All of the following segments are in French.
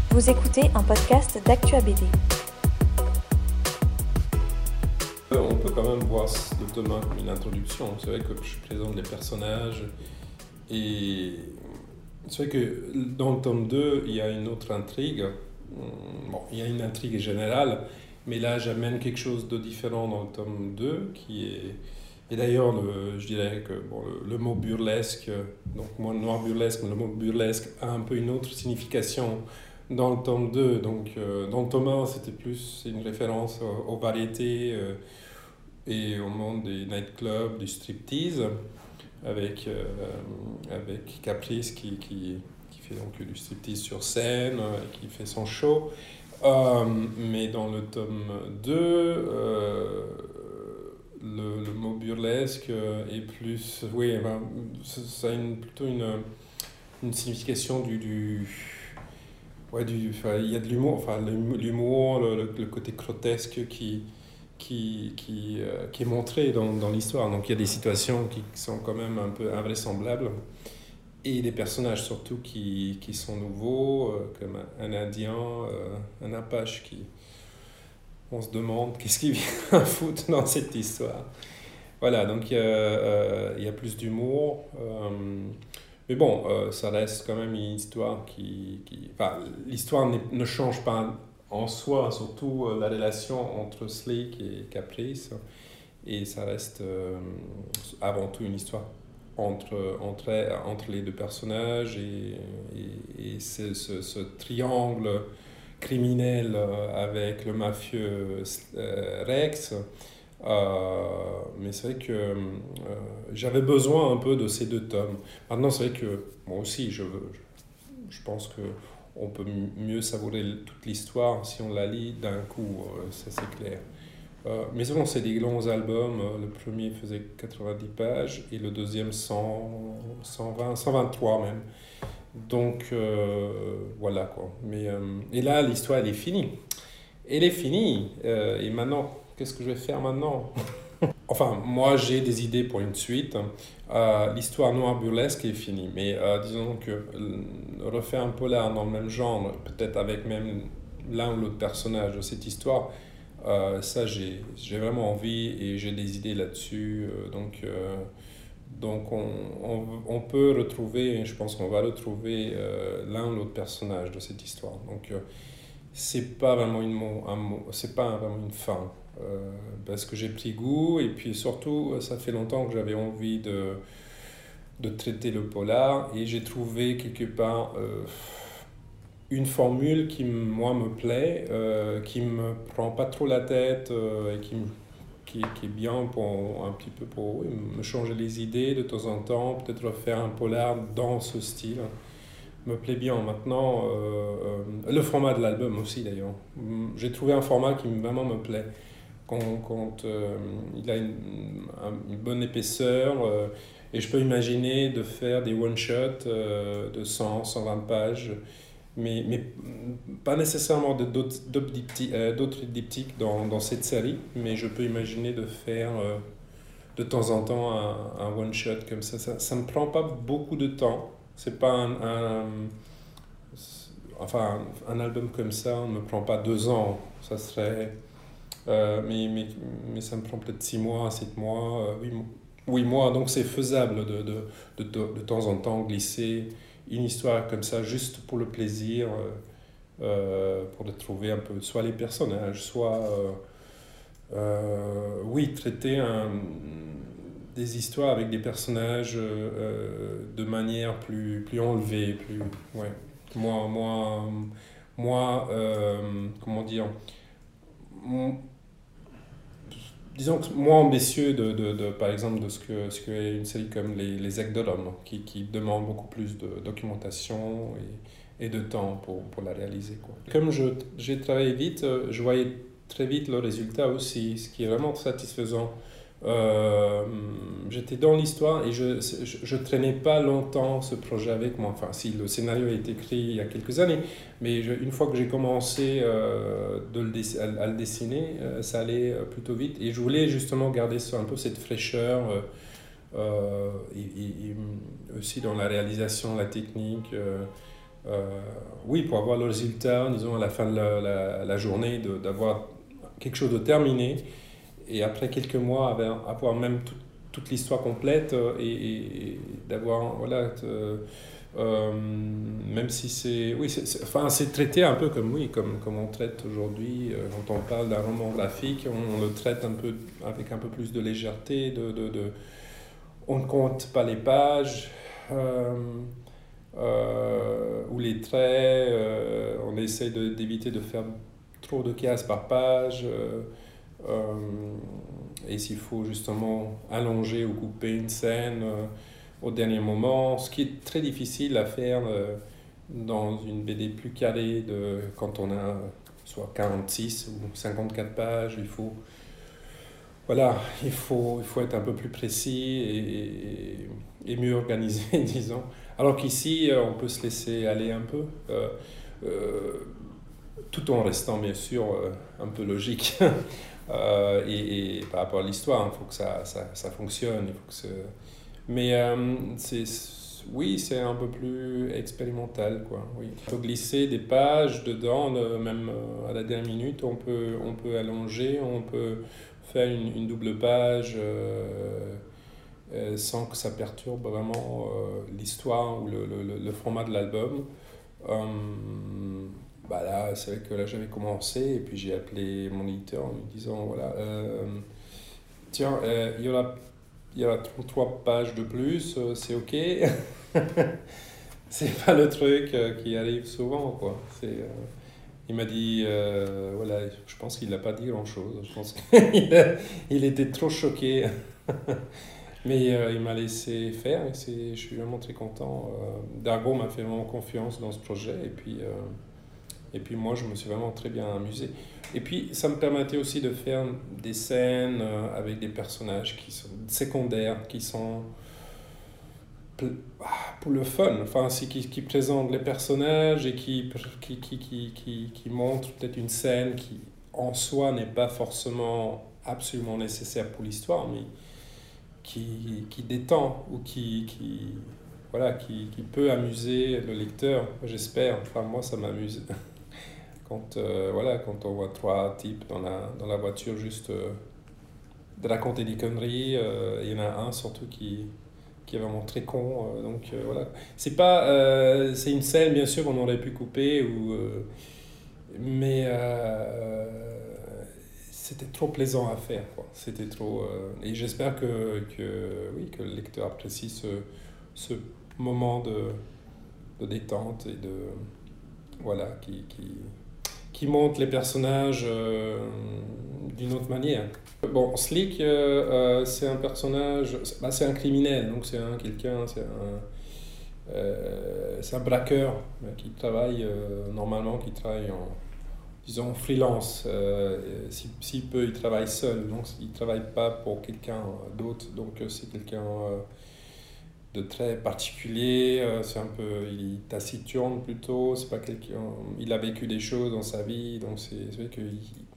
Vous écoutez un podcast d'Actua BD. On peut quand même voir le tome 1 comme une introduction. C'est vrai que je présente les personnages et c'est vrai que dans le tome 2, il y a une autre intrigue. Bon, il y a une intrigue générale, mais là j'amène quelque chose de différent dans le tome 2 qui est... Et d'ailleurs, je dirais que le mot burlesque, donc moi noir burlesque, mais le mot burlesque a un peu une autre signification dans le tome 2. Donc dans le tome 1, c'était plus une référence aux variétés et au monde des nightclubs, du striptease, avec Caprice qui fait donc du striptease sur scène, qui fait son show. Mais dans le tome 2, le mot burlesque est plus... Oui, ça a plutôt une signification il y a de l'humour, l'humour, le côté grotesque qui est montré dans l'histoire. Donc il y a des situations qui sont quand même un peu invraisemblables et des personnages surtout qui sont nouveaux, comme un Indien, un Apache on se demande qu'est-ce qu'il vient foutre dans cette histoire. Voilà, donc il y a plus d'humour. Mais bon, ça reste quand même une histoire l'histoire ne change pas en soi, surtout la relation entre Slick et Caprice. Et ça reste avant tout une histoire entre les deux personnages et ce triangle criminel avec le mafieux Rex. Mais c'est vrai que j'avais besoin un peu de ces deux tomes. Maintenant, c'est vrai que moi aussi, je pense qu'on peut mieux savourer toute l'histoire si on la lit d'un coup, ça c'est clair. Mais souvent, c'est des longs albums. Le premier faisait 90 pages et le deuxième 120, 123 même. Donc, voilà quoi. Et là, l'histoire, elle est finie. Elle est finie. Et maintenant, qu'est-ce que je vais faire maintenant? Enfin, moi, j'ai des idées pour une suite. L'histoire noire burlesque est finie. Mais disons que refaire un polar dans le même genre, peut-être avec même l'un ou l'autre personnage de cette histoire, ça, j'ai vraiment envie et j'ai des idées là-dessus. Donc on peut retrouver, je pense qu'on va retrouver l'un ou l'autre personnage de cette histoire. Donc c'est pas vraiment c'est pas vraiment une fin, parce que j'ai pris goût et puis surtout ça fait longtemps que j'avais envie de traiter le polar et j'ai trouvé quelque part une formule qui moi me plaît, qui me prend pas trop la tête et qui est bien pour un petit peu pour me changer les idées de temps en temps, peut-être refaire un polar dans ce style. Me plaît bien. Maintenant, le format de l'album aussi d'ailleurs. J'ai trouvé un format qui vraiment me plaît. Quand il a une bonne épaisseur et je peux imaginer de faire des one-shots de 100, 120 pages. Mais pas nécessairement d'autres diptyques dans cette série, mais je peux imaginer de faire de temps en temps un one-shot comme ça. Ça ne me prend pas beaucoup de temps. C'est pas un album comme ça ne me prend pas 2 ans. Ça serait, mais ça me prend peut-être 6 mois, 7 mois, 8 mois. Donc c'est faisable de temps en temps glisser une histoire comme ça juste pour le plaisir, pour de trouver un peu soit les personnages, soit traiter des histoires avec des personnages de manière plus enlevée, moins comment dire, disons que moins ambitieux par exemple de ce que est une série comme les Aigles de l'Homme, qui demande beaucoup plus de documentation et de temps pour la réaliser, quoi. Comme j'ai travaillé vite, je voyais très vite le résultat aussi, ce qui est vraiment satisfaisant. J'étais dans l'histoire et je traînais pas longtemps ce projet avec moi. Enfin, si le scénario a été écrit il y a quelques années, mais une fois que j'ai commencé à le dessiner, ça allait plutôt vite. Et je voulais justement garder un peu cette fraîcheur et aussi dans la réalisation, la technique. oui, pour avoir le résultat, disons, à la fin de la journée, d'avoir quelque chose de terminé, et après quelques mois, avoir même toute l'histoire complète, et d'avoir, voilà, même si c'est, oui, enfin, c'est traité un peu comme, oui, comme on traite aujourd'hui, quand on parle d'un roman graphique, on le traite un peu, avec un peu plus de légèreté, on ne compte pas les pages, ou les traits, on essaie d'éviter de faire trop de cases par page, et s'il faut justement allonger ou couper une scène au dernier moment, ce qui est très difficile à faire dans une BD plus carrée, quand on a soit 46 ou 54 pages, voilà, il faut être un peu plus précis et mieux organisé, disons. Alors qu'ici, on peut se laisser aller un peu, euh, tout en restant bien sûr un peu logique. Et par rapport à l'histoire, il faut que ça fonctionne. Mais oui, c'est un peu plus expérimental, quoi. Oui. Il faut glisser des pages dedans, même à la dernière minute, on peut allonger, on peut faire une double page sans que ça perturbe vraiment l'histoire ou le format de l'album. Bah là, c'est vrai que là j'avais commencé et puis j'ai appelé mon éditeur en lui disant voilà, tiens, il y aura 33 pages de plus, c'est ok. C'est pas le truc qui arrive souvent, quoi. Il m'a dit, voilà, je pense qu'il n'a pas dit grand-chose. Je pense qu'il était trop choqué. Mais il m'a laissé faire et je suis vraiment très content. Dargo m'a fait vraiment confiance dans ce projet et puis moi je me suis vraiment très bien amusé. Et puis ça me permettait aussi de faire des scènes avec des personnages qui sont secondaires, qui sont pour le fun, enfin, qui présentent les personnages et qui montrent peut-être une scène qui en soi n'est pas forcément absolument nécessaire pour l'histoire, mais qui détend ou voilà, qui peut amuser le lecteur, j'espère. Enfin, moi, ça m'amuse. Voilà, quand on voit trois types dans la voiture juste de raconter des conneries, il y en a un surtout qui est vraiment très con. Donc voilà. C'est une scène, bien sûr, qu'on aurait pu couper, mais c'était trop plaisant à faire, quoi. C'était trop. Et j'espère oui, que le lecteur apprécie ce moment de détente et voilà, qui montre les personnages d'une autre manière. Bon, Slick, c'est un personnage, c'est un criminel, donc c'est c'est un braqueur qui travaille normalement, qui travaille disons, freelance. S'il peut, il travaille seul, donc il ne travaille pas pour quelqu'un d'autre, donc c'est quelqu'un de très particulier, il est taciturne plutôt, c'est pas quelqu'un, il a vécu des choses dans sa vie, donc c'est vrai qu'il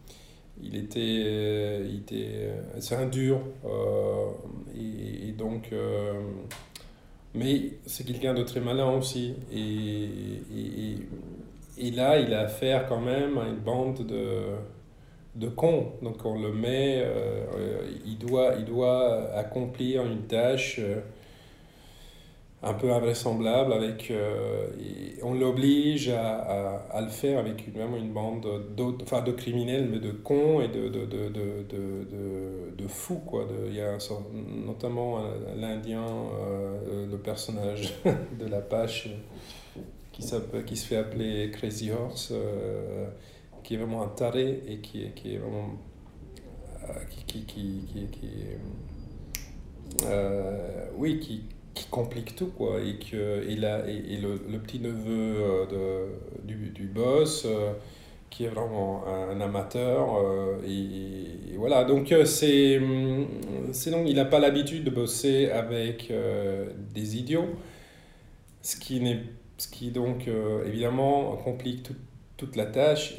c'est un dur, et donc, mais c'est quelqu'un de très malin aussi, et là il a affaire quand même à une bande de cons, donc on le met, il doit accomplir une tâche un peu invraisemblable et on l'oblige à le faire avec vraiment une bande enfin de criminels, mais de cons et de fous, quoi. Il y a notamment l'Indien, le personnage de l'Apache qui se fait appeler Crazy Horse, qui est vraiment un taré et qui est vraiment oui, qui complique tout, quoi, et le petit neveu du boss qui est vraiment un amateur, et voilà, donc donc il n'a pas l'habitude de bosser avec des idiots, ce qui donc évidemment complique toute la tâche,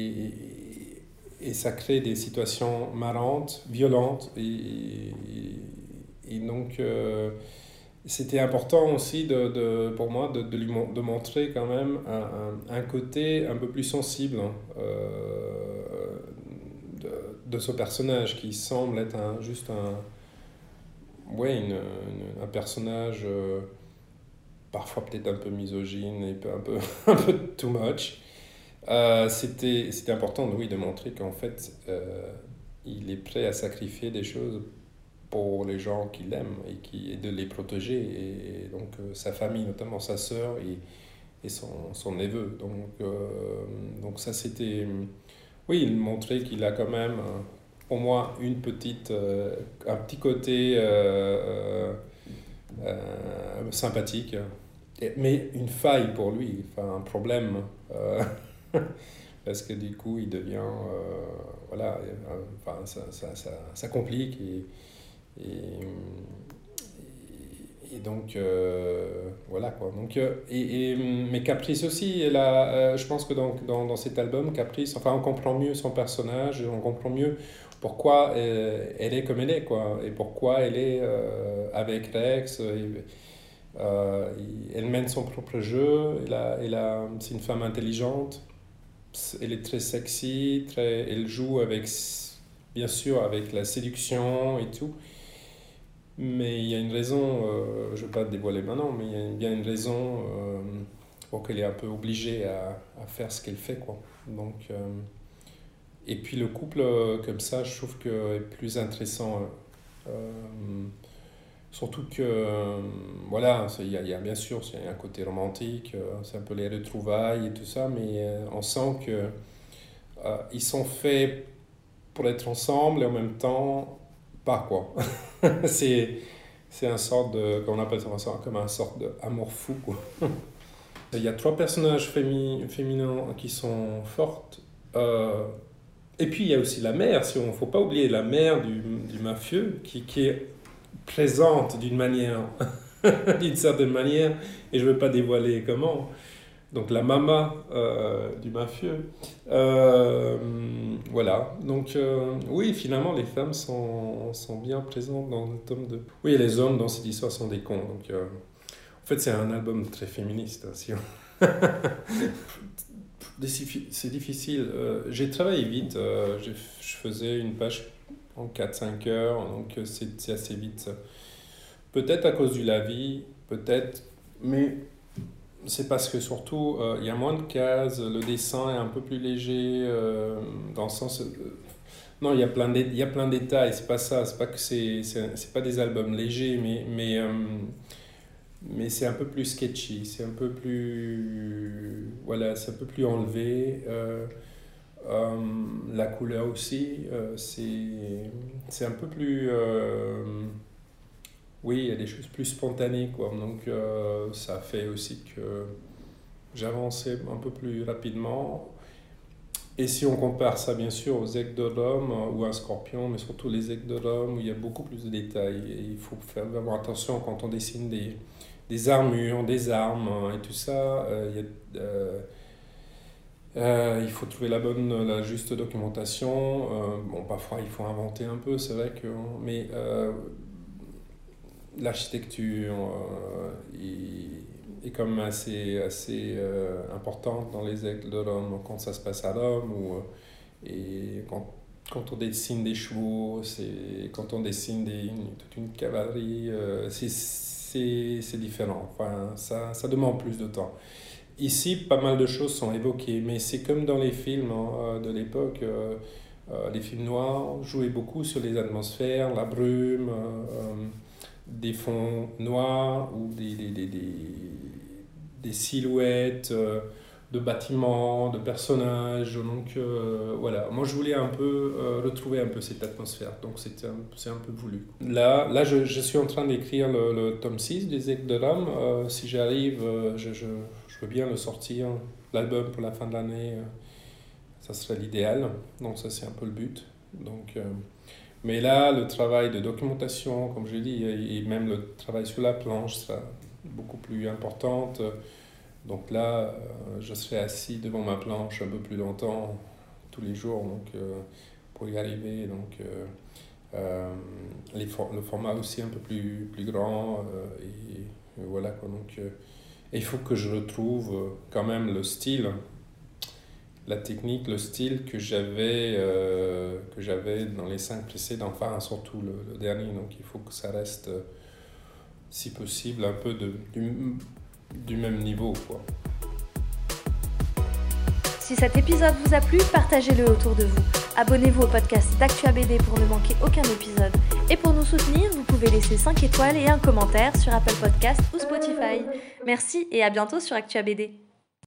et ça crée des situations marrantes, violentes, et donc c'était important aussi pour moi de montrer quand même un côté un peu plus sensible, hein, de ce personnage qui semble être juste un personnage parfois peut-être un peu misogyne et un peu too much. C'était important, oui, de montrer qu'en fait, il est prêt à sacrifier des choses pour les gens qu'il aime et de les protéger. Et donc, sa famille, notamment sa sœur et son neveu. Donc ça, c'était... Oui, il montrait qu'il a quand même au moins un petit côté sympathique, mais une faille pour lui, enfin un problème. Parce que du coup, il devient... voilà, enfin, ça complique et, et donc, voilà quoi. Donc, mais Caprice aussi, je pense que dans cet album, Caprice, enfin, on comprend mieux son personnage, on comprend mieux pourquoi elle est comme elle est, quoi, et pourquoi elle est avec Rex. Elle mène son propre jeu, c'est une femme intelligente, elle est très sexy, elle joue bien sûr avec la séduction et tout. Mais il y a une raison, je ne vais pas te dévoiler maintenant, mais il y a bien une raison pour qu'elle est un peu obligée à faire ce qu'elle fait, quoi. Donc, et puis le couple, comme ça, je trouve que est plus intéressant. Surtout que, voilà, il y a bien sûr un côté romantique, c'est un peu les retrouvailles et tout ça, mais on sent que ils sont faits pour être ensemble et en même temps, pas, quoi. c'est un sorte qu'on appelle ça comme un sorte d'amour fou, quoi. Il y a 3 personnages féminins qui sont fortes. Et puis il y a aussi la mère, il ne faut pas oublier la mère du mafieux qui est présente d'une certaine manière, et je ne veux pas dévoiler comment. Donc la maman du mafieux. Voilà. Donc oui, finalement, les femmes sont bien présentes dans le tome 2. Oui, et les hommes dans cette histoire sont des cons. Donc, en fait, c'est un album très féministe. Hein, c'est difficile. J'ai travaillé vite. Je faisais une page en 4-5 heures. Donc c'est assez vite. Peut-être à cause du lavis, peut-être. Mais... c'est parce que surtout, il y a moins de cases, le dessin est un peu plus léger, dans le sens... non, il y a plein de détails, c'est pas ça, c'est pas que c'est pas des albums légers, mais c'est un peu plus sketchy, c'est un peu plus... voilà, c'est un peu plus enlevé. La couleur aussi, c'est un peu plus... oui, il y a des choses plus spontanées, quoi. Donc, ça fait aussi que j'avançais un peu plus rapidement. Et si on compare ça, bien sûr, aux aigles de l'homme ou à un scorpion, mais surtout les aigles de l'homme, où il y a beaucoup plus de détails. Et il faut faire vraiment attention quand on dessine des armures, des armes et tout ça. Il faut trouver la juste documentation. Bon, parfois, il faut inventer un peu, c'est vrai que... mais... l'architecture est quand même assez importante dans les aigles de l'homme quand ça se passe à l'homme et quand on dessine des chevaux, quand on dessine toute une cavalerie, c'est différent. Enfin, ça demande plus de temps. Ici, pas mal de choses sont évoquées, mais c'est comme dans les films de l'époque. Les films noirs jouaient beaucoup sur les atmosphères, la brume, des fonds noirs ou des silhouettes de bâtiments, de personnages. Donc voilà, moi je voulais un peu retrouver un peu cette atmosphère, donc c'est un peu voulu. Là je suis en train d'écrire le tome 6 des Aigles de l'Homme. Si j'arrive, je veux bien le sortir, l'album pour la fin de l'année, ça serait l'idéal, donc ça c'est un peu le but. Donc... mais là, le travail de documentation, comme je dis, et même le travail sur la planche sera beaucoup plus important. Donc là, je serai assis devant ma planche un peu plus longtemps tous les jours donc, pour y arriver. Donc, le format aussi un peu plus grand. Et voilà, quoi. Donc, il faut que je retrouve quand même le style, la technique, le style que j'avais dans les 5 précédents, enfin surtout le dernier. Donc il faut que ça reste, si possible, un peu du même niveau, quoi. Si cet épisode vous a plu, partagez-le autour de vous. Abonnez-vous au podcast d'ActuABD pour ne manquer aucun épisode. Et pour nous soutenir, vous pouvez laisser 5 étoiles et un commentaire sur Apple Podcasts ou Spotify. Merci et à bientôt sur ActuABD.